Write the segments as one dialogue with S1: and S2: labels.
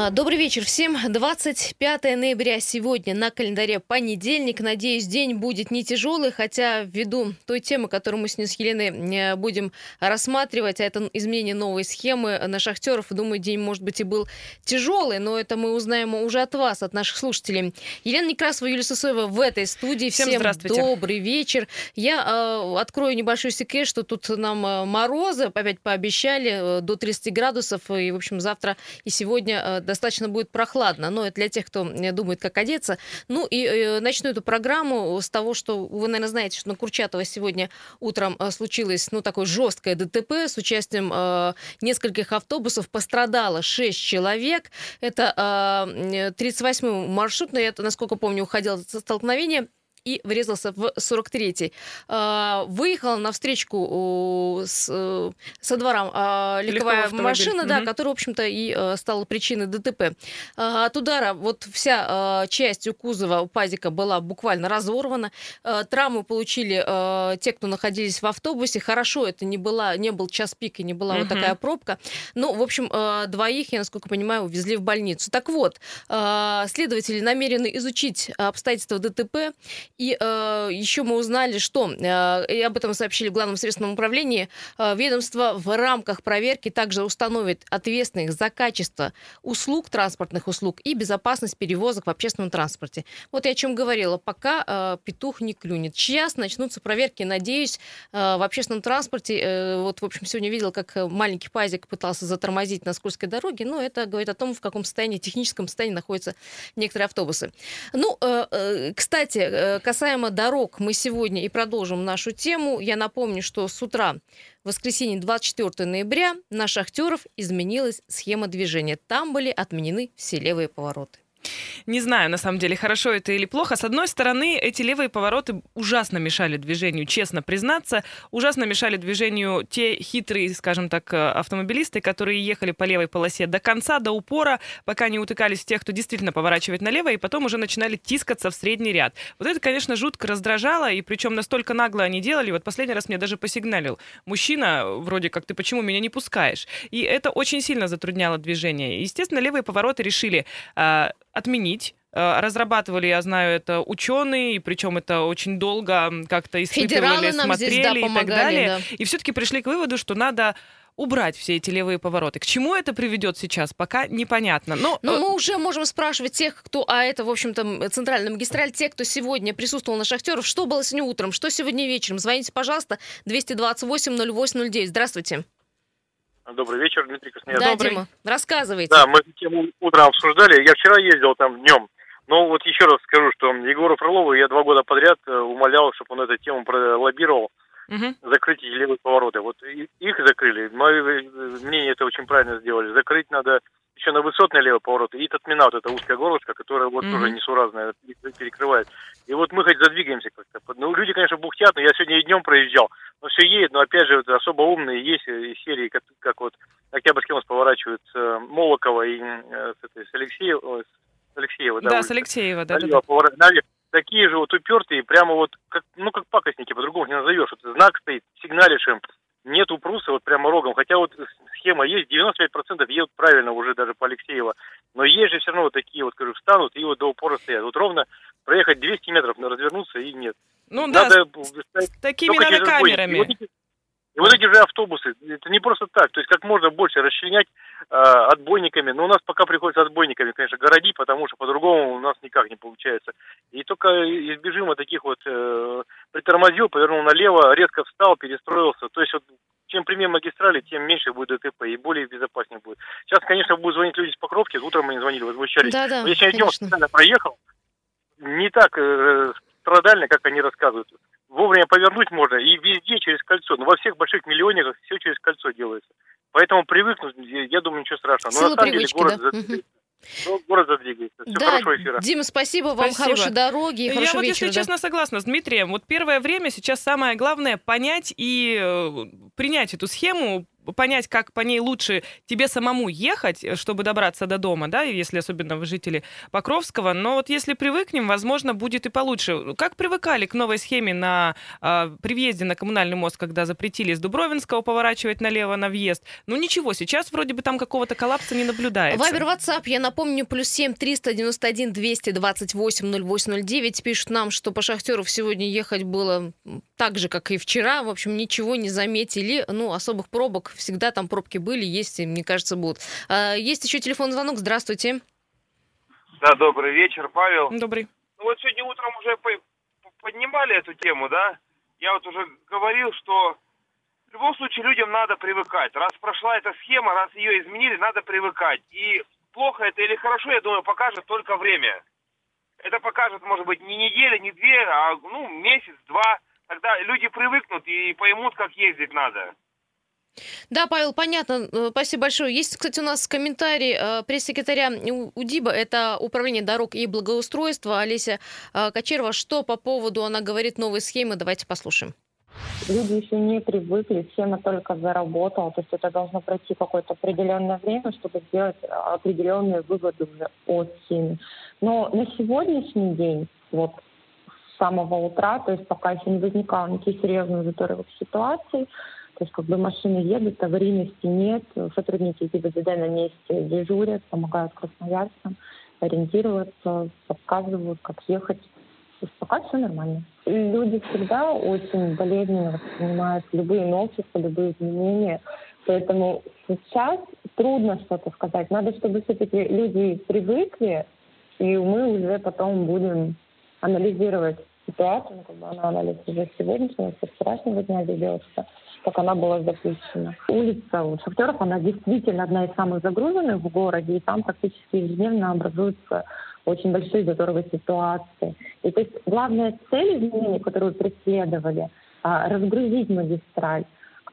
S1: Добрый вечер всем. 25 ноября сегодня на календаре понедельник. Надеюсь, день будет не тяжелый, хотя ввиду той темы, которую мы с Еленой будем рассматривать, а это изменение новой схемы на шахтеров, думаю, день, может быть, и был тяжелый, но это мы узнаем уже от вас, от наших слушателей. Елена Некрасова, Юлия Сысоева в этой студии.
S2: Всем здравствуйте.
S1: Добрый вечер. Я открою небольшой секрет, что тут нам морозы опять пообещали до 30 градусов, и, в общем, завтра и сегодня достаточно будет прохладно, но это для тех, кто думает, как одеться. Ну и начну эту программу с того, что вы, наверное, знаете, что на Курчатова сегодня утром случилось, такое жесткое ДТП с участием нескольких автобусов. Пострадало 6 человек. Это 38-й маршрут, но я, насколько помню, уходил от столкновения и врезался в 43-й. Выехала на встречку со двора легковая машина, да, которая, в общем-то, и стала причиной ДТП. От удара вот вся часть у кузова, у пазика была буквально разорвана. Травмы получили те, кто находились в автобусе. Хорошо, это не был час пик и не была вот такая пробка. Ну, в общем, двоих, я, насколько понимаю, увезли в больницу. Так вот, следователи намерены изучить обстоятельства ДТП. И еще мы узнали, что, и об этом сообщили в Главном следственном управлении, ведомство в рамках проверки также установит ответственных за качество услуг, транспортных услуг и безопасность перевозок в общественном транспорте. Вот я о чем говорила, пока петух не клюнет. Сейчас начнутся проверки, надеюсь, в общественном транспорте. Вот, в общем, сегодня видела, как маленький пазик пытался затормозить на Скользкой дороге, но это говорит о том, в каком состоянии, техническом состоянии находятся некоторые автобусы. Ну, кстати, касаемо дорог, мы сегодня и продолжим нашу тему. Я напомню, что с утра в воскресенье 24 ноября на шахтеров изменилась схема движения. Там были отменены все левые повороты.
S2: Не знаю, на самом деле, хорошо это или плохо. С одной стороны, эти левые повороты ужасно мешали движению, честно признаться. Ужасно мешали движению те хитрые, скажем так, автомобилисты, которые ехали по левой полосе до конца, до упора, пока не утыкались в тех, кто действительно поворачивает налево, и потом уже начинали тискаться в средний ряд. Вот это, конечно, жутко раздражало, и причем настолько нагло они делали. Вот последний раз мне даже посигналил мужчина, вроде как: ты почему меня не пускаешь? И это очень сильно затрудняло движение. Естественно, левые повороты решили отменить. Разрабатывали, я знаю, это ученые, и причем это очень долго как-то испытывали, смотрели здесь, помогали, и так далее. Да. И все-таки пришли к выводу, что надо убрать все эти левые повороты. К чему это приведет сейчас, пока непонятно. Но
S1: мы уже можем спрашивать тех, кто, а это, в общем-то, центральная магистраль, тех, кто сегодня присутствовал на шахтеров, что было сегодня утром, что сегодня вечером. Звоните, пожалуйста, 228-08-09. Здравствуйте.
S3: Добрый вечер, Дмитрий Красноярский.
S1: Да,
S3: Добрый.
S1: Дима, рассказывайте.
S3: Да, мы эту тему утром обсуждали. Я вчера ездил там днем. Но вот еще раз скажу, что Егору Фролову я 2 года подряд умолял, чтобы он эту тему пролоббировал, закрыть эти левые повороты. Вот их закрыли. Мое мнение, это очень правильно сделали. Закрыть надо еще на высотные левые повороты. И Татмина, вот эта узкая горлышко, которая вот тоже несуразная, перекрывает. И вот мы хоть задвигаемся как-то. Ну, люди, конечно, бухтят, но я сегодня и днем проезжал. Но все едет, но опять же, это особо умные есть из серии, как вот Октябрьский мост поворачивает с Молокова и с Алексеева.
S2: Да, с Алексеева, да.
S3: Такие же вот упертые, прямо вот, как пакостники, по-другому не назовешь. Вот знак стоит, сигналишь им, нет упруса, вот прямо рогом. Хотя вот схема есть, 95% едут правильно уже даже по Алексеева. Но есть же все равно вот такие вот, скажу, встанут и вот до упора стоят. Вот ровно проехать 200 метров, развернуться и нет.
S2: Ну надо, да, с такими надо камерами.
S3: И вот эти же автобусы, это не просто так, то есть как можно больше расчленять отбойниками, но у нас пока приходится отбойниками, конечно, городить, потому что по-другому у нас никак не получается. И только избежим от таких вот, притормозил, повернул налево, резко встал, перестроился, то есть вот чем прямее магистрали, тем меньше будет ДТП и более безопаснее будет. Сейчас, конечно, будут звонить люди с Покровки, утром мы не звонили, возмущались.
S1: Да,
S3: я сегодня днем специально проехал, не так страдально, как они рассказывают. Вовремя повернуть можно и везде через кольцо. Но во всех больших миллионниках все через кольцо делается. Поэтому привыкнуть, я думаю, ничего страшного. Но на самом деле город задвигается. Все, хорошего эфира.
S1: Дима, спасибо вам, хорошей дороги и хорошего вечера.
S2: Я если честно согласна с Дмитрием. Вот первое время сейчас самое главное понять и принять эту схему, понять, как по ней лучше тебе самому ехать, чтобы добраться до дома, да, если особенно вы жители Покровского. Но вот если привыкнем, возможно, будет и получше. Как привыкали к новой схеме при въезде на Коммунальный мост, когда запретили с Дубровинского поворачивать налево на въезд? Ну ничего, сейчас вроде бы там какого-то коллапса не наблюдается.
S1: Вайбер, WhatsApp, я напомню, +7 391 228 0809. Пишут нам, что по Шахтеров сегодня ехать было так же, как и вчера. В общем, ничего не заметили. Ну, особых пробок всегда там пробки были, есть, и, мне кажется, будут. Есть еще телефонный звонок. Здравствуйте.
S4: Да, добрый вечер, Павел.
S2: Добрый.
S4: Ну вот сегодня утром уже поднимали эту тему, да? Я вот уже говорил, что в любом случае людям надо привыкать. Раз прошла эта схема, раз ее изменили, надо привыкать. И плохо это или хорошо, я думаю, покажет только время. Это покажет, может быть, не неделя, не две, а месяц-два. Тогда люди привыкнут и поймут, как ездить надо.
S1: Да, Павел, понятно. Спасибо большое. Есть, кстати, у нас комментарий пресс-секретаря УДИБа, это Управление дорог и благоустройства, Олеся Качерова. Что по поводу, она говорит, новой схемы? Давайте послушаем.
S5: Люди еще не привыкли, схема только заработала, то есть это должно пройти какое-то определенное время, чтобы сделать определенные выводы уже о схеме. Но на сегодняшний день, вот с самого утра, то есть пока еще не возникало никаких серьезных заторовых ситуаций, то есть как бы машины едут, аварийности нет, сотрудники ГИБДД на месте дежурят, помогают красноярцам ориентироваться, подсказывают, как ехать. То есть пока все нормально. Люди всегда очень болезненно воспринимают любые новшества, любые изменения. Поэтому сейчас трудно что-то сказать. Надо, чтобы все-таки люди привыкли, и мы уже потом будем анализировать ситуацию. Ну, как бы анализ уже сегодняшнего, со вчерашнего дня ведется, как она была запущена. Улица у Шахтеров, она действительно одна из самых загруженных в городе, и там практически ежедневно образуются очень большие заторовые ситуации. И то есть главная цель изменений, которую преследовали, разгрузить магистраль.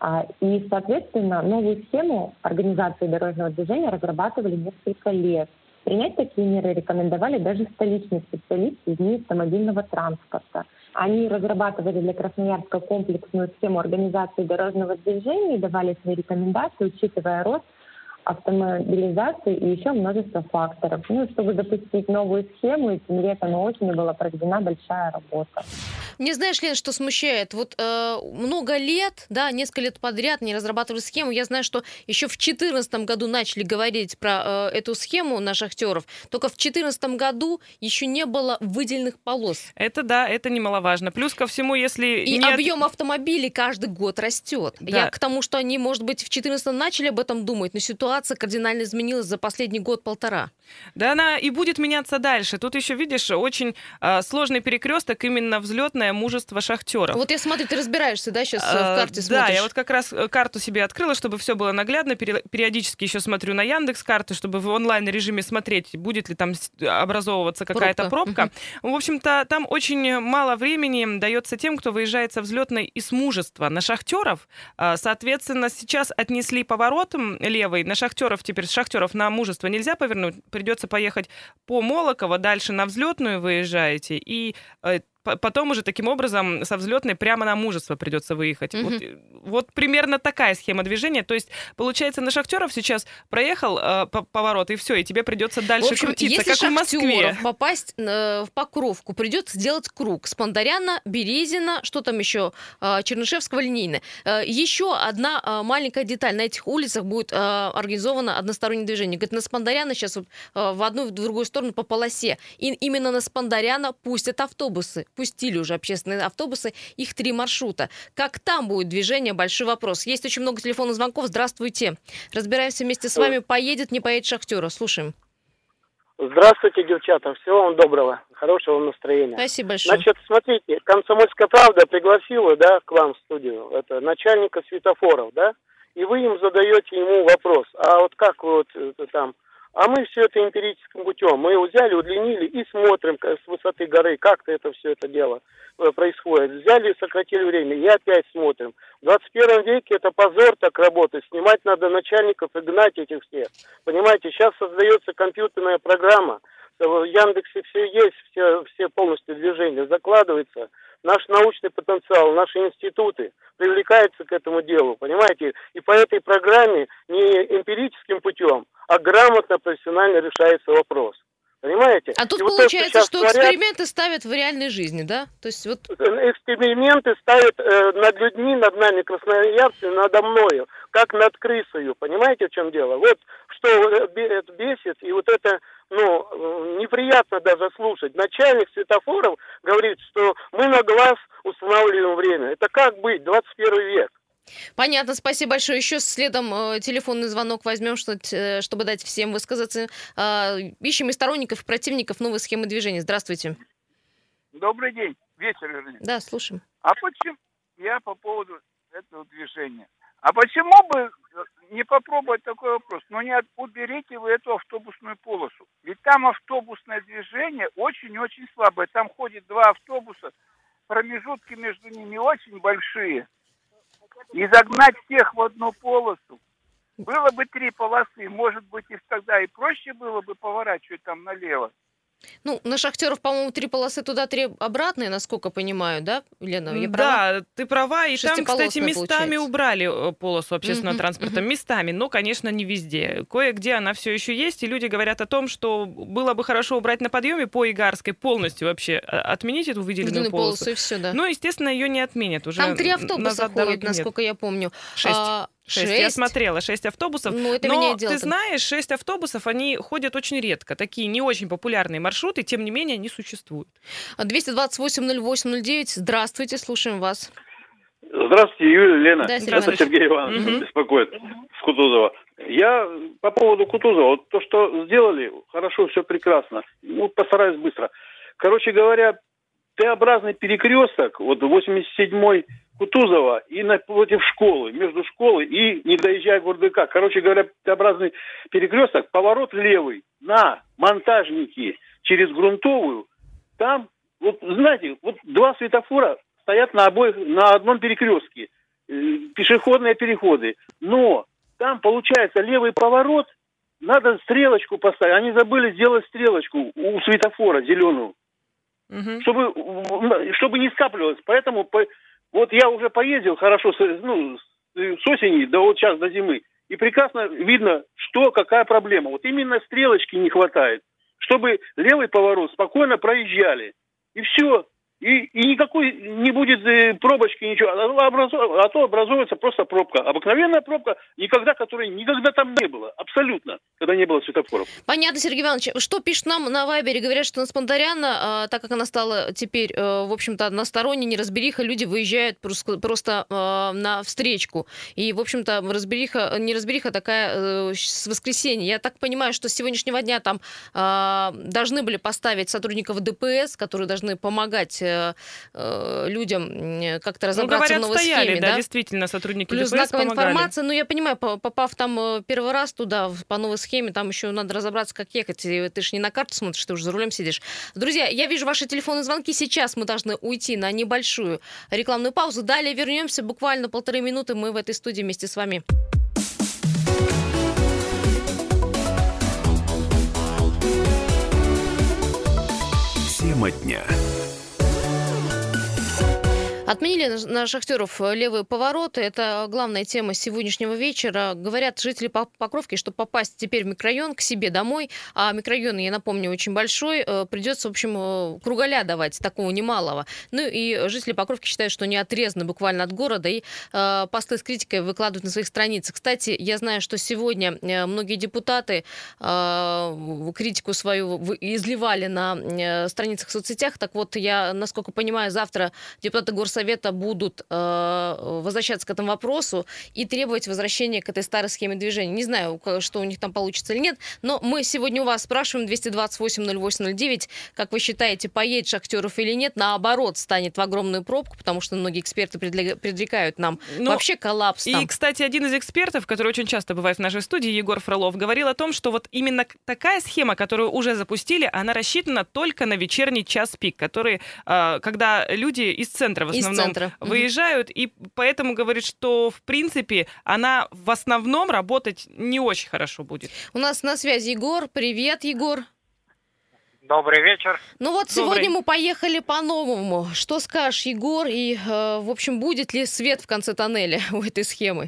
S5: И, соответственно, новую схему организации дорожного движения разрабатывали несколько лет. Принять такие меры рекомендовали даже столичные специалисты из НИИ автомобильного транспорта. Они разрабатывали для Красноярска комплексную схему организации дорожного движения и давали свои рекомендации, учитывая рост автомобилизации и еще множество факторов. Ну, чтобы запустить новую схему, этим летом и осенью была проведена большая работа.
S1: Мне, знаешь, Лен, что смущает? Вот много лет, да, несколько лет подряд не разрабатывали схему. Я знаю, что еще в 2014 году начали говорить про эту схему на Шахтеров. Только в 2014 году еще не было выделенных полос.
S2: Это да, это немаловажно. Плюс ко всему, если...
S1: И объем автомобилей каждый год растет. Да. Я к тому, что они, может быть, в 2014 начали об этом думать, но ситуация кардинально изменилась за последний год-полтора.
S2: Да, она и будет меняться дальше. Тут еще, видишь, очень сложный перекресток, именно взлетное мужество Шахтеров.
S1: Вот я смотрю, ты разбираешься, да, сейчас в карте смотришь?
S2: Да, я вот как раз карту себе открыла, чтобы все было наглядно. Периодически еще смотрю на Яндекс.Карты, чтобы в онлайн-режиме смотреть, будет ли там образовываться какая-то пробка. В общем-то, там очень мало времени дается тем, кто выезжает со взлетной и с мужества на Шахтеров. Соответственно, сейчас отнесли поворотом левый на Шахтеров, теперь с Шахтеров на мужество нельзя повернуть, придется поехать по Молоково, дальше на взлетную выезжаете, и потом уже таким образом со взлетной прямо на мужество придется выехать. Вот примерно такая схема движения. То есть, получается, на Шахтеров сейчас проехал поворот, и все, и тебе придется дальше крутиться, как в Москве.
S1: Если попасть в Покровку, придется сделать круг. Спандаряна, Березина, что там еще? Чернышевского, Линейная. Еще одна маленькая деталь. На этих улицах будет организовано одностороннее движение. Говорит, на Спандаряна сейчас в одну и в другую сторону по полосе. И именно на Спандаряна пустят автобусы. Пустили уже общественные автобусы, их 3 маршрута. Как там будет движение, большой вопрос. Есть очень много телефонных звонков. Здравствуйте. Разбираемся вместе с вами. Поедет, не поедет Шахтеров. Слушаем.
S6: Здравствуйте, девчата. Всего вам доброго. Хорошего настроения.
S1: Спасибо большое.
S6: Значит, смотрите, «Комсомольская правда» пригласила, да, к вам в студию, это начальника светофоров, да, и вы им задаете ему вопрос, а вот как вот там... А мы все это эмпирическим путем. Мы взяли, удлинили и смотрим с высоты горы, как-то это все это дело происходит. Взяли, сократили время и опять смотрим. В 21 веке это позор так работать. Снимать надо начальников и гнать этих всех. Понимаете, сейчас создается компьютерная программа, в Яндексе все есть, все полностью движения закладывается. Наш научный потенциал, наши институты привлекаются к этому делу, понимаете? И по этой программе не эмпирическим путем, а грамотно, профессионально решается вопрос. Понимаете?
S1: А тут
S6: и
S1: получается,
S6: вот
S1: что
S6: творят,
S1: эксперименты ставят в реальной жизни, да? То есть вот...
S6: Эксперименты ставят над людьми, над нами, красноярцами, надо мною, как над крысою. Понимаете, в чем дело? Вот что бесит, и вот это, неприятно даже слушать. Начальник светофоров говорит, что мы на глаз устанавливаем время. Это как быть? 21 век.
S1: Понятно, спасибо большое. Еще следом телефонный звонок возьмем, чтобы дать всем высказаться. Ищем и сторонников, и противников новой схемы движения. Здравствуйте.
S7: Добрый день. Вечер, вернее.
S1: Да, слушаем.
S7: А почему я по поводу этого движения? А почему бы не попробовать такой вопрос? Не уберите вы эту автобусную полосу. Ведь там автобусное движение очень-очень слабое. Там ходит 2 автобуса, промежутки между ними очень большие. И загнать всех в одну полосу. Было бы 3 полосы, может быть, и тогда и проще было бы поворачивать там налево.
S1: На Шахтеров, по-моему, 3 полосы туда, 3 обратные, насколько понимаю, да, Лена? Я
S2: права?
S1: Да,
S2: ты права. И там, кстати, местами
S1: получается.
S2: убрали полосу общественного транспорта. Местами, но, конечно, не везде. Кое-где она все еще есть, и люди говорят о том, что было бы хорошо убрать на подъеме по Игарской полностью вообще, отменить эту выделенную полосу.
S1: И все, да.
S2: Естественно, ее не отменят. Уже
S1: там 3 автобуса ходят, насколько я помню.
S2: 6. 6. Я смотрела, 6 автобусов.
S1: Это
S2: но ты знаешь, 6 автобусов, они ходят очень редко. Такие не очень популярные маршруты, тем не менее, они существуют.
S1: 228-08-09. Здравствуйте, слушаем вас.
S8: Здравствуйте, Юлия, Лена.
S1: Да,
S8: это Сергей Иванович беспокоит с Кутузова. Я по поводу Кутузова. Вот то, что сделали, хорошо, все прекрасно. Постараюсь быстро. Короче говоря, Т-образный перекресток, 87-й Кутузова и напротив школы, между школой и не доезжая ГУРДК. Короче говоря, Т-образный перекресток, поворот левый на Монтажники через Грунтовую. Там, знаете, 2 светофора стоят на одном перекрестке. Пешеходные переходы. Но там, получается, левый поворот, надо стрелочку поставить. Они забыли сделать стрелочку у светофора зеленую. Чтобы не скапливалось. Поэтому я уже поездил хорошо с осени до сейчас до зимы. И прекрасно видно, какая проблема. Именно стрелочки не хватает. Чтобы левый поворот спокойно проезжали. И все. И никакой не будет пробочки, ничего. А то образуется просто пробка. Обыкновенная пробка, которой никогда там не было. Абсолютно. Когда не было светофоров.
S1: Понятно, Сергей Иванович. Что пишут нам на Вайбере? Говорят, что на Спандаряна, так как она стала теперь, в общем-то, односторонней, неразбериха, люди выезжают просто на встречку. И, в общем-то, неразбериха такая с воскресенья. Я так понимаю, что с сегодняшнего дня там должны были поставить сотрудников ДПС, которые должны помогать людям как-то разобраться в новой схеме.
S2: Да, действительно, сотрудники
S1: Плюс
S2: ДПС
S1: знаковая
S2: помогали.
S1: информация. Я понимаю, попав там первый раз туда, по новой схеме, там еще надо разобраться, как ехать. Ты же не на карту смотришь, ты уже за рулем сидишь. Друзья, я вижу ваши телефонные звонки. Сейчас мы должны уйти на небольшую рекламную паузу. Далее вернемся. Буквально 1,5 минуты мы в этой студии вместе с вами.
S9: Тема дня.
S1: Отменили на Шахтеров левые повороты. Это главная тема сегодняшнего вечера. Говорят жители Покровки, что попасть теперь в микрорайон к себе домой, а микрорайон, я напомню, очень большой, придется, в общем, кругаля давать, такого немалого. И жители Покровки считают, что они отрезаны буквально от города и посты с критикой выкладывают на своих страницах. Кстати, я знаю, что сегодня многие депутаты критику свою изливали на страницах в соцсетях. Так вот, я, насколько понимаю, завтра депутаты Горсовета будут возвращаться к этому вопросу и требовать возвращения к этой старой схеме движения. Не знаю, что у них там получится или нет, но мы сегодня у вас спрашиваем 228-08-09, как вы считаете, поедет Шахтеров или нет, наоборот, станет в огромную пробку, потому что многие эксперты предрекают нам вообще коллапс там.
S2: И, кстати, один из экспертов, который очень часто бывает в нашей студии, Егор Фролов, говорил о том, что именно такая схема, которую уже запустили, она рассчитана только на вечерний час пик, который, когда люди из центра в основном выезжают, и поэтому говорит, что, в принципе, она в основном работать не очень хорошо будет.
S1: У нас на связи Егор. Привет, Егор.
S10: Добрый вечер.
S1: Ну вот сегодня мы поехали по-новому. Что скажешь, Егор? И, в общем, будет ли свет в конце тоннеля у этой схемы?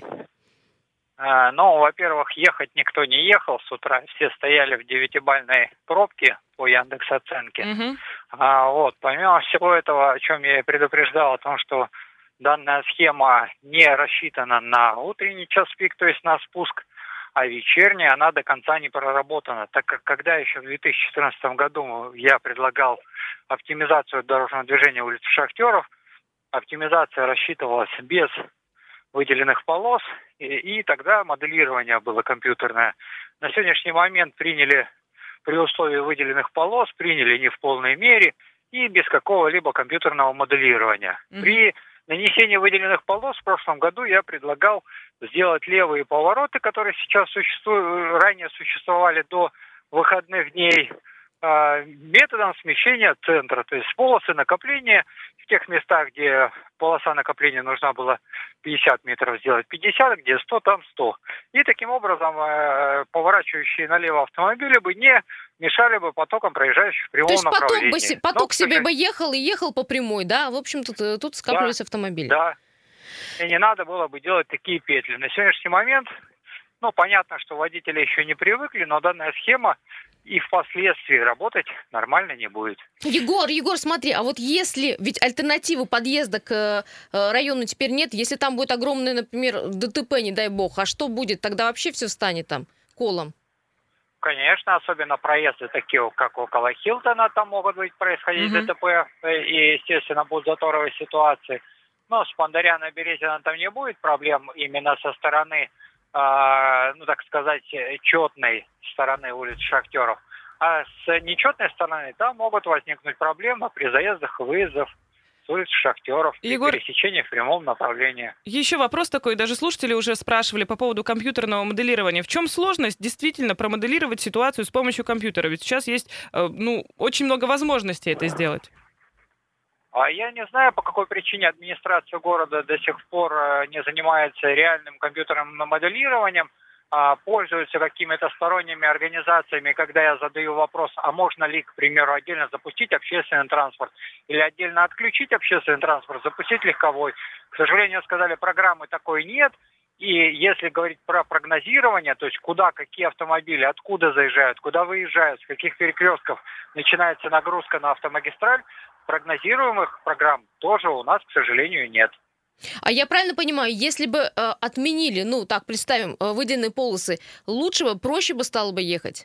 S10: Ну, во-первых, ехать никто не ехал с утра. Все стояли в 9-бальной пробке по Яндекс.Оценке. Вот, помимо всего этого, о чем я и предупреждал, о том, что данная схема не рассчитана на утренний час пик, то есть на спуск, а вечерняя она до конца не проработана. Так как когда еще в 2014 году я предлагал оптимизацию дорожного движения улиц Шахтеров, оптимизация рассчитывалась без выделенных полос, и тогда моделирование было компьютерное. На сегодняшний момент приняли при условии выделенных полос, приняли не в полной мере и без какого-либо компьютерного моделирования. При нанесении выделенных полос в прошлом году я предлагал сделать левые повороты, которые сейчас ранее существовали до выходных дней, методом смещения центра, то есть с полосы накопления в тех местах, где полоса накопления нужна была 50 метров, сделать 50, где 100, там 100. И таким образом поворачивающие налево автомобили бы не мешали бы потокам проезжающих в прямом направлении.
S1: То есть поток себе бы ехал и ехал по прямой, да? В общем, тут скапливались автомобили.
S10: Да. И не надо было бы делать такие петли. На сегодняшний момент, понятно, что водители еще не привыкли, но данная схема и впоследствии работать нормально не будет.
S1: Егор, смотри, а вот если, ведь альтернативы подъезда к району теперь нет, если там будет огромное, например, ДТП, не дай бог, а что будет? Тогда вообще все встанет там колом?
S10: Конечно, особенно проезды такие, как около Хилтона, там могут быть происходить ДТП, и, естественно, будут заторовые ситуации. Но с Пандаря на Березина там не будет проблем именно со стороны, так сказать, четной стороны улиц Шахтеров. А с нечетной стороны там могут возникнуть проблемы при заездах и выездах с улиц Шахтеров,
S2: Егор,
S10: при пересечении в прямом направлении.
S2: Еще вопрос такой, даже слушатели уже спрашивали по поводу компьютерного моделирования. В чем сложность действительно промоделировать ситуацию с помощью компьютера? Ведь сейчас есть очень много возможностей это сделать.
S10: А я не знаю, по какой причине администрация города до сих пор не занимается реальным компьютерным моделированием, а пользуется какими-то сторонними организациями, когда я задаю вопрос, а можно ли, к примеру, отдельно запустить общественный транспорт или отдельно отключить общественный транспорт, запустить легковой. К сожалению, сказали, программы такой нет. И если говорить про прогнозирование, то есть куда, какие автомобили, откуда заезжают, куда выезжают, с каких перекрестков начинается нагрузка на автомагистраль, прогнозируемых программ тоже у нас, к сожалению, нет.
S1: А я правильно понимаю, если бы отменили, представим, выделенные полосы, лучше бы, проще бы стало бы ехать?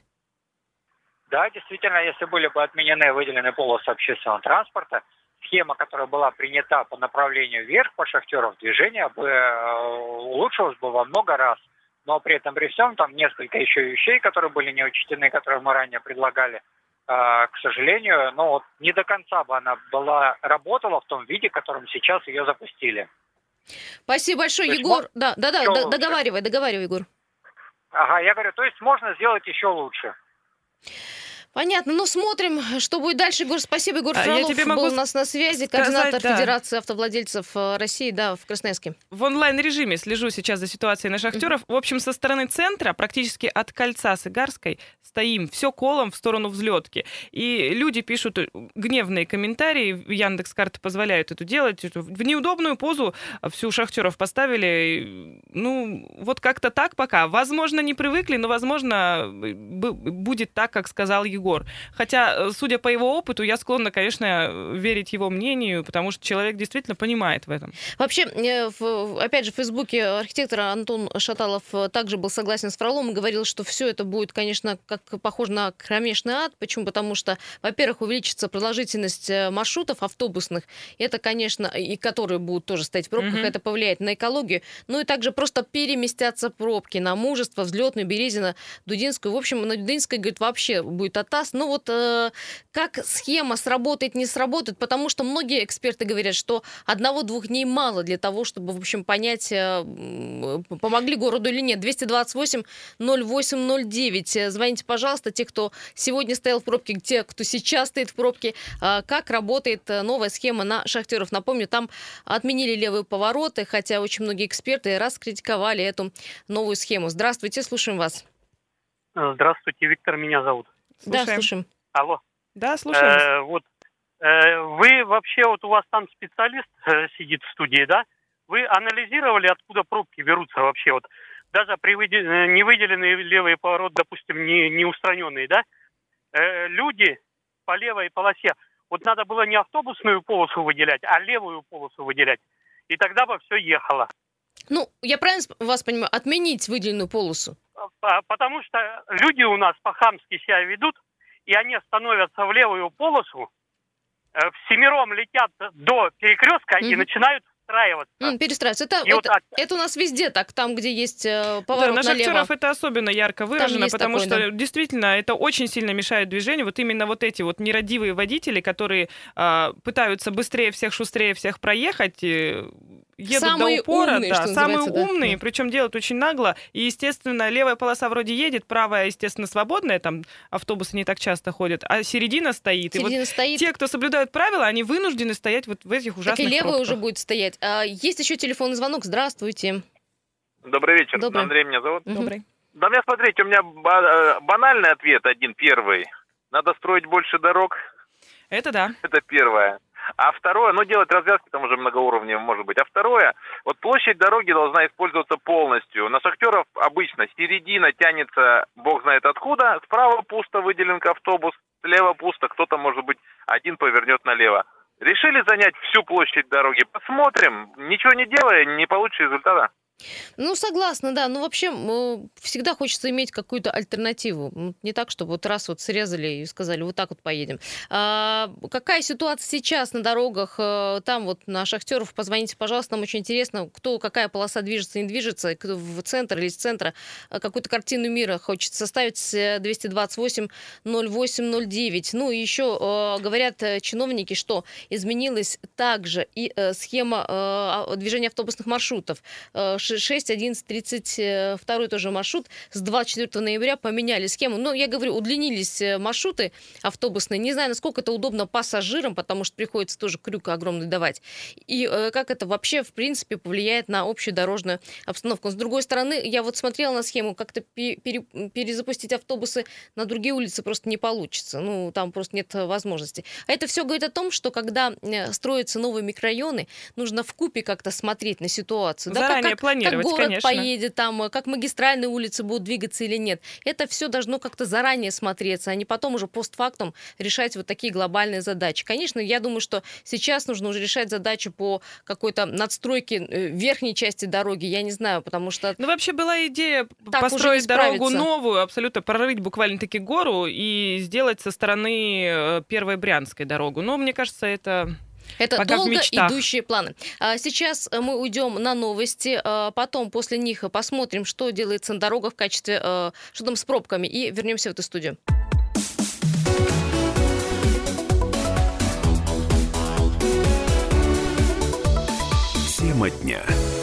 S10: Да, действительно, если были бы отменены выделенные полосы общественного транспорта, схема, которая была принята по направлению вверх по Шахтеров, движение бы улучшилось бы во много раз. Но при этом при всем там несколько еще вещей, которые были не учтены, которые мы ранее предлагали. К сожалению, не до конца бы она работала в том виде, в котором сейчас ее запустили.
S1: Спасибо большое, Егор. Да, договаривай, Егор.
S10: Ага, я говорю, то есть можно сделать еще лучше.
S1: Понятно. Смотрим, что будет дальше. Егор, спасибо. Егор Фролов был у нас на связи, координатор Федерации автовладельцев России, в Красноярске.
S2: В онлайн-режиме слежу сейчас за ситуацией на Шахтеров. В общем, со стороны центра, практически от кольца с Игарской, стоим все колом в сторону Взлетки. И люди пишут гневные комментарии. Яндекс.Карты позволяют это делать. В неудобную позу всю Шахтеров поставили. Вот как-то так пока. Возможно, не привыкли, но, возможно, будет так, как сказал Егор. Хотя, судя по его опыту, я склонна, конечно, верить его мнению, потому что человек действительно понимает в этом.
S1: Вообще, опять же, в Фейсбуке архитектор Антон Шаталов также был согласен с Фроловым и говорил, что все это будет, конечно, похоже на кромешный ад. Почему? Потому что, во-первых, увеличится продолжительность маршрутов автобусных, это, конечно, и которые будут тоже стоять в пробках, это повлияет на экологию, и также просто переместятся пробки на Мужество, Взлетную, Березина, Дудинскую. В общем, на Дудинской, говорит, вообще будет атас. Как схема сработает, не сработает, потому что многие эксперты говорят, что 1-2 дней мало для того, чтобы, в общем, понять, помогли городу или нет. 228-08-09. Звоните, пожалуйста, те, кто сегодня стоял в пробке, те, кто сейчас стоит в пробке, как работает новая схема на Шахтеров. Напомню, там отменили левые повороты, хотя очень многие эксперты раскритиковали эту новую схему. Здравствуйте, слушаем вас.
S11: Здравствуйте, Виктор, меня зовут.
S1: Слушаем. Да, слушаем.
S11: Алло.
S2: Да, слушаем вас.
S11: Вот вы вообще, вот у вас там специалист сидит в студии, да? Вы анализировали, откуда пробки берутся вообще? Вот даже при не выделенные левый поворот, допустим, не устраненные, да? Люди по левой полосе, вот надо было не автобусную полосу выделять, а левую полосу выделять. И тогда бы все ехало.
S1: Ну, я правильно вас понимаю, отменить выделенную полосу?
S11: Потому что люди у нас по-хамски себя ведут, и они становятся в левую полосу, всемиром летят до перекрестка и начинают встраиваться.
S1: Перестраиваться. Это у нас везде так, там, где есть поворот
S2: на
S1: налево.
S2: шахтеров это особенно ярко выражено, потому
S1: такое,
S2: что действительно это очень сильно мешает движению. Вот именно вот эти вот нерадивые водители, которые пытаются быстрее всех, шустрее всех проехать, едут
S1: самые
S2: до упора,
S1: умные,
S2: самые умные, причем делают очень нагло. И, естественно, левая полоса вроде едет, правая, естественно, свободная, там автобусы не так часто ходят, а середина стоит.
S1: Стоит.
S2: Те, кто соблюдают правила, они вынуждены стоять вот в этих ужасных
S1: пробках. Так и левая
S2: пробках.
S1: уже будет стоять. Есть еще телефонный звонок. Здравствуйте.
S12: Добрый вечер.
S1: Добрый.
S12: Андрей меня зовут.
S1: Добрый.
S12: Да, мне, смотрите, у меня банальный ответ один, первый. Надо строить больше дорог.
S2: Это да.
S12: Это первое. А второе, делать развязки там уже многоуровневые, может быть. А второе, вот площадь дороги должна использоваться полностью. На шахтеров обычно середина тянется, бог знает откуда. Справа пусто, выделен автобус, слева пусто, кто-то, может быть, один повернет налево. Решили занять всю площадь дороги. Посмотрим. Ничего не делая, не получится результата.
S1: Ну, согласна, да. Ну, вообще, всегда хочется иметь какую-то альтернативу. Не так, чтобы вот раз вот срезали и сказали, вот так вот поедем. Какая ситуация сейчас на дорогах? Там вот на шахтеров позвоните, пожалуйста, нам очень интересно, какая полоса движется, не движется, кто в центр или из центра. Какую-то картину мира хочется составить 228-08-09. Ну, и еще говорят чиновники, что изменилась также и схема движения автобусных маршрутов. 6, 11, 32 тоже маршрут. С 24 ноября поменяли схему. Но я говорю, удлинились маршруты автобусные. Не знаю, насколько это удобно пассажирам, потому что приходится тоже крюк огромный давать. И как это вообще, в принципе, повлияет на общую дорожную обстановку. С другой стороны, я вот смотрела на схему, как-то перезапустить автобусы на другие улицы просто не получится. Ну, там просто нет возможности. А это все говорит о том, что когда строятся новые микрорайоны, нужно вкупе как-то смотреть на ситуацию.
S2: Заранее планировать,
S1: как город
S2: конечно.
S1: поедет, там, как магистральные улицы будут двигаться или нет. Это все должно как-то заранее смотреться, а не потом уже постфактум решать вот такие глобальные задачи. Конечно, я думаю, что сейчас нужно уже решать задачи по какой-то надстройке верхней части дороги, я не знаю, потому что...
S2: Ну, вообще была идея построить дорогу новую, абсолютно прорыть буквально-таки гору и сделать со стороны Первой Брянской дорогу. Но, мне кажется, это
S1: долго идущие планы. Сейчас мы уйдем на новости, потом после них посмотрим, что делается на дорогах в качестве, что там с пробками, и вернемся в эту студию.
S9: Тема дня.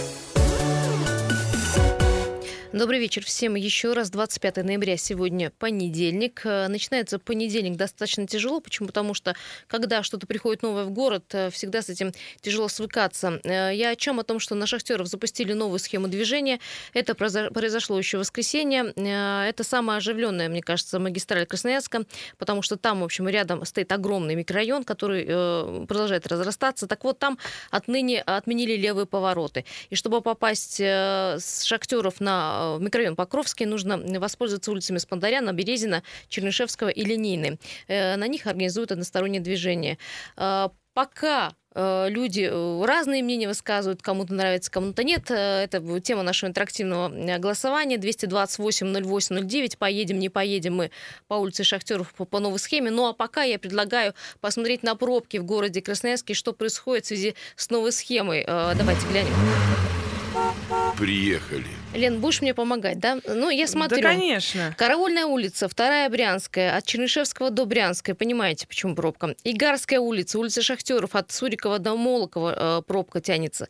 S1: Добрый вечер всем еще раз. 25 ноября сегодня понедельник. Начинается понедельник достаточно тяжело. Почему? Потому что, когда что-то приходит новое в город, всегда с этим тяжело свыкаться. Я о чем? О том, что на шахтеров запустили новую схему движения. Это произошло еще в воскресенье. Это самая оживленная, мне кажется, магистраль Красноярска, потому что там, в общем, рядом стоит огромный микрорайон, который продолжает разрастаться. Так вот, там отныне отменили левые повороты. И чтобы попасть с шахтеров в микрорайон Покровский, нужно воспользоваться улицами Спандаряна, Березина, Чернышевского и Линейной. На них организуют одностороннее движение. Пока люди разные мнения высказывают, кому-то нравится, кому-то нет. Это тема нашего интерактивного голосования. 228-08-09. Поедем, не поедем мы по улице Шахтеров по новой схеме. Ну а пока я предлагаю посмотреть на пробки в городе Красноярске, что происходит в связи с новой схемой. Давайте глянем.
S9: Приехали.
S1: Лен, будешь мне помогать, да? Ну, я смотрю.
S2: Да, конечно.
S1: Караульная улица, 2-я Брянская, от Чернышевского до Брянской. Понимаете, почему пробка? Игарская улица, улица Шахтеров, от Сурикова до Молокова пробка тянется.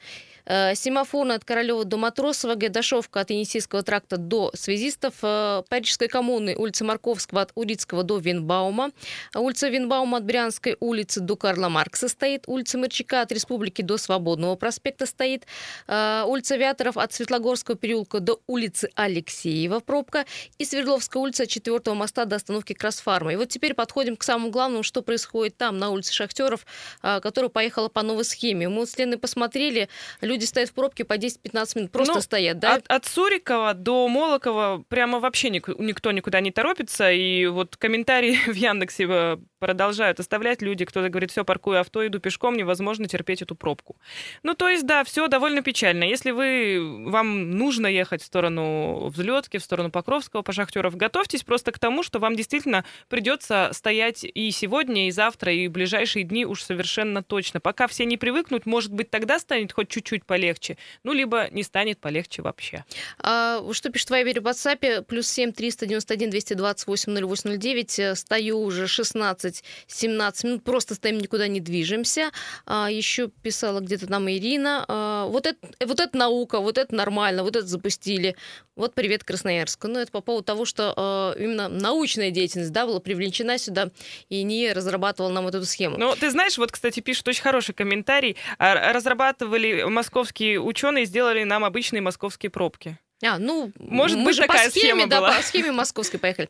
S1: Семафорная от Королева до Матросова, Гайдашовка от Енисейского тракта до Связистов, Парижской коммуны, улица Марковского от Урицкого до Винбаума, улица Винбаума от Брянской улицы до Карла Маркса стоит, улица Мырчака от Республики до Свободного проспекта стоит, улица Авиаторов от Светлогорского переулка до улицы Алексеева пробка и Свердловская улица от 4-го моста до остановки Красфарма. И вот теперь подходим к самому главному, что происходит там, на улице Шахтеров, которая поехала по новой схеме. Мы с Леной посмотрели, люди стоят в пробке по 10-15 минут, просто стоят, да?
S2: От Сурикова до Молокова прямо вообще никто никуда не торопится, и вот комментарии в Яндексе продолжают оставлять люди, кто-то говорит, все, паркую авто, иду пешком, невозможно терпеть эту пробку. Ну, то есть, да, все довольно печально. Если вам нужно ехать в сторону Взлетки, в сторону Покровского, по Шахтеров, готовьтесь просто к тому, что вам действительно придется стоять и сегодня, и завтра, и в ближайшие дни уж совершенно точно. Пока все не привыкнут, может быть, тогда станет хоть чуть-чуть полегче, ну, либо не станет полегче вообще.
S1: Что пишет в Вайбере, в WhatsApp? +7 391 228 0809. Стою уже 16-17 минут, просто стоим, никуда не движемся. Еще писала где-то там Ирина. Вот это наука, вот это нормально, вот это запустили. Вот привет Красноярску. Ну, это по поводу того, что именно научная деятельность, да, была привлечена сюда, и не разрабатывала нам вот эту схему.
S2: Ну, ты знаешь, вот, кстати, пишут очень хороший комментарий. Разрабатывали московские ученые, сделали нам обычные московские пробки.
S1: Может быть, такая схема была. Да, по схеме московской поехали.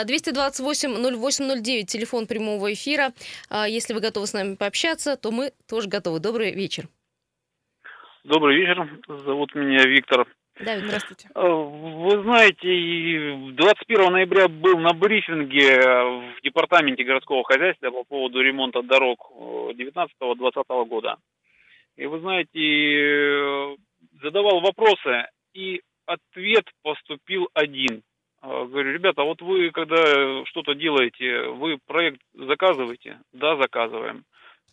S1: 228-08-09, телефон прямого эфира. Если вы готовы с нами пообщаться, то мы тоже готовы. Добрый вечер.
S8: Добрый вечер. Зовут меня Виктор.
S1: Да, здравствуйте.
S8: Вы знаете, 21 ноября был на брифинге в департаменте городского хозяйства по поводу ремонта дорог 19-20 года. И вы знаете, задавал вопросы, и ответ поступил один. Говорю, ребята, вот вы, когда что-то делаете, вы проект заказываете? Да, заказываем.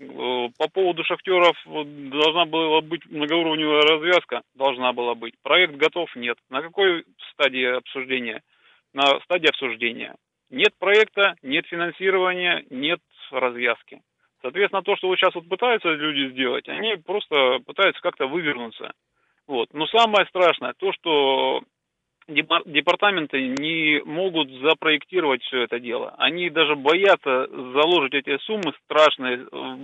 S8: По поводу Шахтеров должна была быть многоуровневая развязка? Должна была быть. Проект готов? Нет. На какой стадии обсуждения? На стадии обсуждения. Нет проекта, нет финансирования, нет развязки. Соответственно, то, что вот сейчас вот пытаются люди сделать, они просто пытаются как-то вывернуться. Вот. Но самое страшное, то, что департаменты не могут запроектировать все это дело. Они даже боятся заложить эти суммы страшные,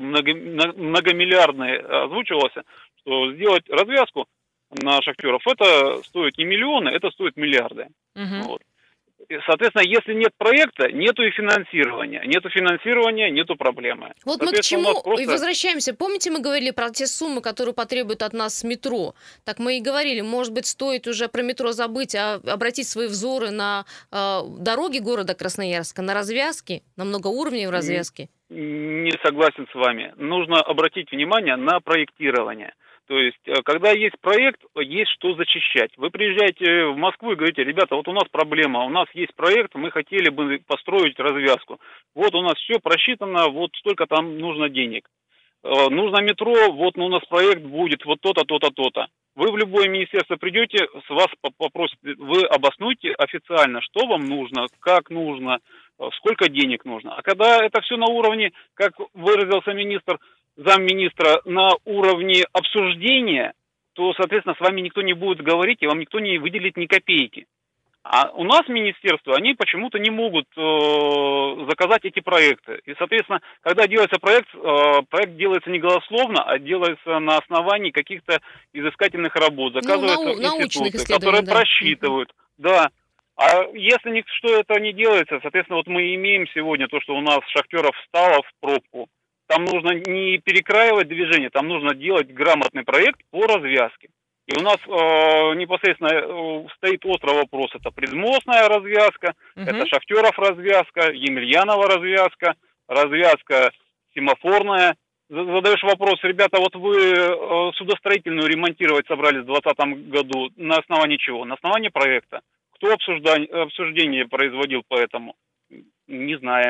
S8: многомиллиардные. Озвучивалось, что сделать развязку на Шахтеров, это стоит не миллионы, это стоит миллиарды. Вот. Соответственно, если нет проекта, нету и финансирования. Нету финансирования, нету проблемы.
S1: Вот мы к чему и возвращаемся. Помните, мы говорили про те суммы, которые потребуют от нас метро? Так мы и говорили, может быть, стоит уже про метро забыть, а обратить свои взоры на дороги города Красноярска, на развязки, на многоуровневые развязки?
S8: Не согласен с вами. Нужно обратить внимание на проектирование. То есть, когда есть проект, есть что зачищать. Вы приезжаете в Москву и говорите, ребята, вот у нас проблема, у нас есть проект, мы хотели бы построить развязку. Вот у нас все просчитано, вот столько там нужно денег. Нужно метро, вот у нас проект будет, вот то-то, то-то, то-то. Вы в любое министерство придете, с вас попросят, вы обоснуйте официально, что вам нужно, как нужно, сколько денег нужно. А когда это все на уровне, как выразился замминистра, на уровне обсуждения, то, соответственно, с вами никто не будет говорить, и вам никто не выделит ни копейки. А у нас министерство, они почему-то не могут заказать эти проекты. И, соответственно, когда делается проект, проект делается не голословно, а делается на основании каких-то изыскательных работ. Заказываются институты, которые просчитывают. Да. А если ничто это не делается, соответственно, вот мы имеем сегодня то, что у нас Шахтеров встало в пробку. Там нужно не перекраивать движение, там нужно делать грамотный проект по развязке. И у нас непосредственно стоит острый вопрос. Это предмостная развязка, это Шахтеров развязка, Емельянова развязка, развязка семафорная. Задаешь вопрос, ребята, вот вы судостроительную ремонтировать собрались в 2020 году на основании чего? На основании проекта. Кто обсуждение производил по этому? Не знаем.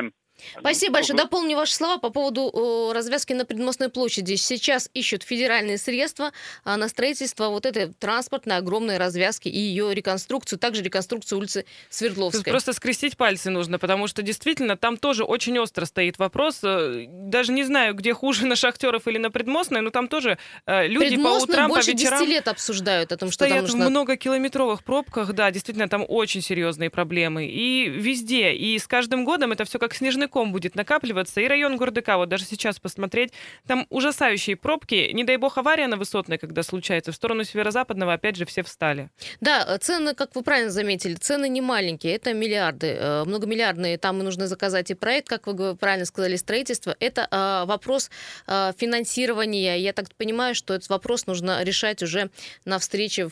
S1: Спасибо большое. Дополню ваши слова по поводу развязки на Предмостной площади. Сейчас ищут федеральные средства на строительство вот этой транспортной огромной развязки и ее реконструкцию, также реконструкцию улицы Свердловской.
S2: Просто скрестить пальцы нужно, потому что действительно там тоже очень остро стоит вопрос. Даже не знаю, где хуже, на Шахтеров или на Предмостной, но там тоже люди по утрам, по
S1: больше
S2: вечерам
S1: 10 лет обсуждают о том, что
S2: стоят
S1: там нужно...
S2: в многокилометровых пробках. Да, действительно, там очень серьезные проблемы. И везде. И с каждым годом это все как снежный ком будет накапливаться. И район ГУРДК, вот даже сейчас посмотреть, там ужасающие пробки. Не дай бог авария на Высотной, когда случается. В сторону северо-западного опять же все встали.
S1: Да, цены, как вы правильно заметили, цены не маленькие, это миллиарды, многомиллиардные. Там нужно заказать и проект, как вы правильно сказали, строительство. Это вопрос финансирования. Я так понимаю, что этот вопрос нужно решать уже на встрече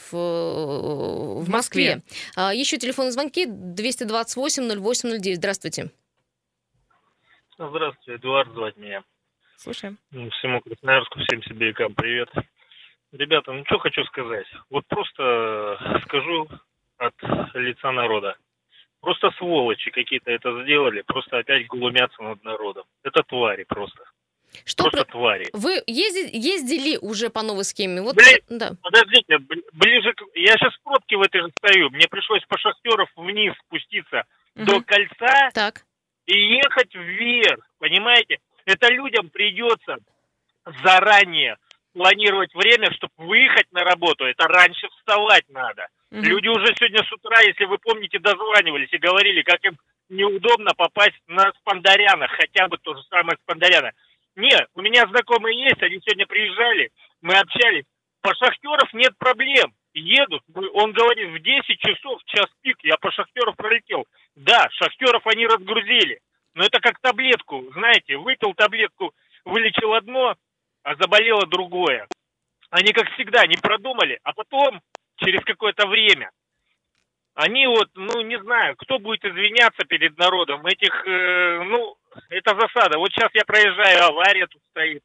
S1: в Москве. Еще телефонные звонки 228-08-09. Здравствуйте.
S13: Здравствуйте, Эдуард звать меня.
S2: Слушаем.
S13: Всему Красноярску, всем сибирякам привет. Ребята, ну что хочу сказать. Вот просто скажу от лица народа. Просто сволочи какие-то это сделали, просто опять глумятся над народом. Это твари просто. Просто твари.
S1: Вы ездили уже по новой схеме? Вот,
S13: да. Подождите, ближе к... Я сейчас в пробке в этой же стою. Мне пришлось по Шахтеров вниз спуститься до кольца.
S1: Так.
S13: И ехать вверх, понимаете? Это людям придется заранее планировать время, чтобы выехать на работу. Это раньше вставать надо. Люди уже сегодня с утра, если вы помните, дозванивались и говорили, как им неудобно попасть на Спандаряна, хотя бы то же самое Спандаряна. Нет, у меня знакомые есть, они сегодня приезжали, мы общались. По Шахтеров нет проблем. Едут, он говорит, в 10 часов, час пик, я по Шахтеров пролетел. Да, Шахтеров они разгрузили, но это как таблетку, знаете, выпил таблетку, вылечил одно, а заболело другое. Они, как всегда, не продумали, а потом, через какое-то время, они вот, ну, не знаю, кто будет извиняться перед народом, этих, это засада. Вот сейчас я проезжаю, авария тут стоит,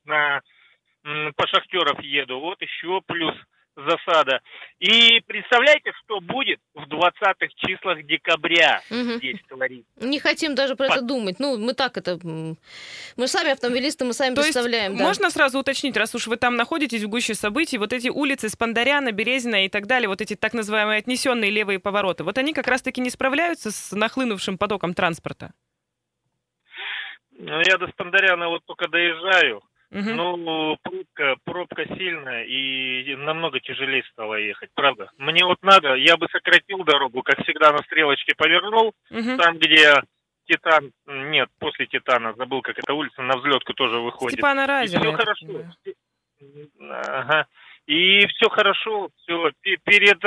S13: по Шахтеров еду, вот еще плюс засада. И представляете, что будет в 20-х числах декабря здесь творится?
S1: Не хотим даже про это думать. Ну, мы так это... Мы сами автомобилисты, мы сами
S2: То
S1: представляем.
S2: Есть, можно сразу уточнить, раз уж вы там находитесь в гуще событий, вот эти улицы Спандаряна, Березина и так далее, вот эти так называемые отнесенные левые повороты, вот они как раз-таки не справляются с нахлынувшим потоком транспорта?
S13: Ну, я до Спандаряна вот только доезжаю. Ну, пробка сильная и намного тяжелее стало ехать, правда. Мне вот надо, я бы сократил дорогу, как всегда на стрелочке повернул, там, где Титан, нет, после Титана, забыл, как эта улица, на Взлетку тоже выходит.
S2: Степана Разина.
S13: И все хорошо. Ага. И все хорошо, все, перед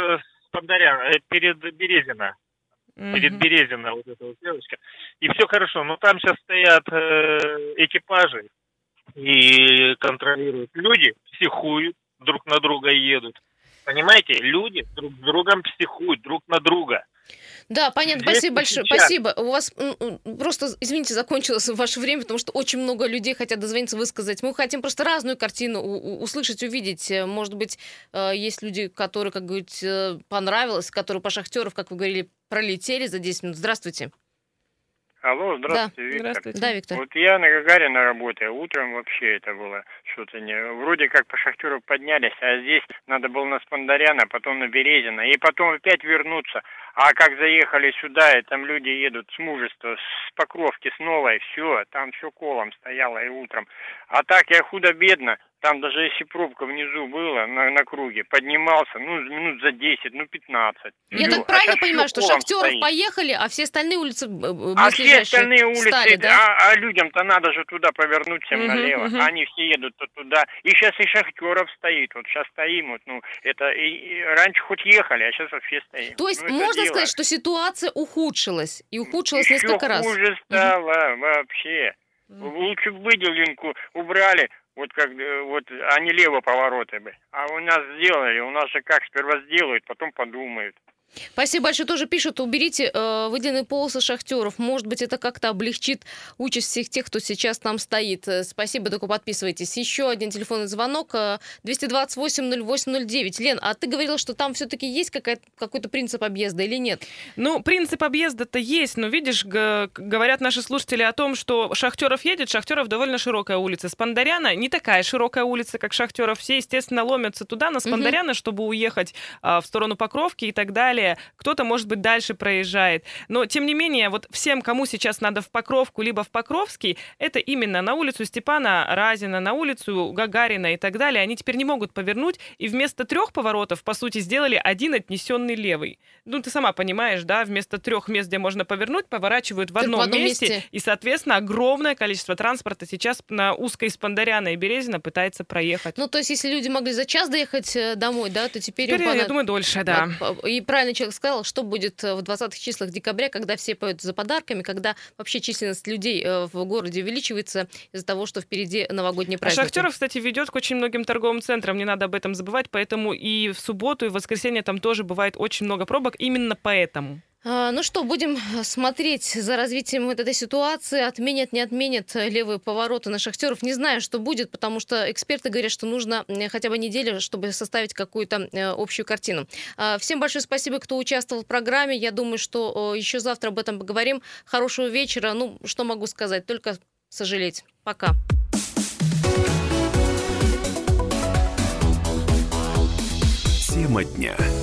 S13: Березина. Перед Березина вот эта вот стрелочка. И все хорошо, но там сейчас стоят экипажи, и контролируют. Люди психуют, друг на друга едут. Понимаете, люди друг с другом психуют, друг на друга.
S1: Да, понятно.
S13: Здесь
S1: Спасибо большое.
S13: сейчас.
S1: Спасибо. У вас просто, извините, закончилось ваше время, потому что очень много людей хотят дозвониться, высказать. Мы хотим просто разную картину услышать, увидеть. Может быть, есть люди, которые, как говорится, понравилось, которые по Шахтеров, как вы говорили, пролетели за 10 минут. Здравствуйте.
S14: Алло, здравствуйте,
S1: да.
S14: Виктор.
S1: Здравствуйте. Да, Виктор.
S14: Вот я на Гагарина работаю. Утром вообще это было что-то не... Вроде как по Шахтеру поднялись, а здесь надо было на Спандаряна, потом на Березина, и потом опять вернуться. А как заехали сюда, и там люди едут с Мужества, с Покровки, с Новой, все, там все колом стояло и утром. А так я худо-бедно, там даже если пробка внизу была на круге, поднимался, минут за 10, 15.
S1: Я так правильно понимаю, что Шахтеров поехали, а все остальные улицы
S14: А все остальные улицы,
S1: встали, да?
S14: а людям-то надо же туда повернуть всем налево. Они все едут туда. И сейчас и Шахтеров стоит. Вот сейчас стоим. Вот, это и раньше хоть ехали, а сейчас вообще стоим.
S1: То есть можно сказать, что ситуация ухудшилась. И ухудшилась несколько раз.
S14: Еще хуже стало вообще. Лучше бы выделенку убрали. Вот как вот они лево повороты бы. А у нас сделали. У нас же как сперва сделают, потом подумают.
S1: Спасибо большое. Тоже пишут, уберите выделенные полосы шахтеров. Может быть, это как-то облегчит участь всех тех, кто сейчас там стоит. Спасибо, только подписывайтесь. Еще один телефонный звонок. 228-08-09. Лен, а ты говорила, что там все-таки есть какой-то принцип объезда или нет?
S2: Ну, принцип объезда-то есть, но, видишь, говорят наши слушатели о том, что Шахтеров едет, Шахтеров довольно широкая улица. Спандаряна не такая широкая улица, как Шахтеров. Все, естественно, ломятся туда, на Спандаряна, чтобы уехать в сторону Покровки и так далее. Кто-то, может быть, дальше проезжает. Но, тем не менее, вот всем, кому сейчас надо в Покровку, либо в Покровский, это именно на улицу Степана Разина, на улицу Гагарина и так далее. Они теперь не могут повернуть, и вместо 3 поворотов, по сути, сделали один отнесенный левый. Ну, ты сама понимаешь, да, вместо 3 мест, где можно повернуть, поворачивают в одном месте, и, соответственно, огромное количество транспорта сейчас на узкой Спандаряна и Березина пытается проехать.
S1: Ну, то есть, если люди могли за час доехать домой, да, то теперь
S2: я думаю, дольше, да.
S1: И правильно человек сказал, что будет в 20-х числах декабря, когда все поедут за подарками, когда вообще численность людей в городе увеличивается из-за того, что впереди новогодние праздники.
S2: А Шахтеров, кстати, ведет к очень многим торговым центрам, не надо об этом забывать, поэтому и в субботу, и в воскресенье там тоже бывает очень много пробок, именно поэтому.
S1: Ну что, будем смотреть за развитием этой ситуации. Отменят, не отменят левые повороты на Шахтеров. Не знаю, что будет, потому что эксперты говорят, что нужно хотя бы неделю, чтобы составить какую-то общую картину. Всем большое спасибо, кто участвовал в программе. Я думаю, что еще завтра об этом поговорим. Хорошего вечера. Ну, что могу сказать? Только сожалеть. Пока.
S9: Тема дня.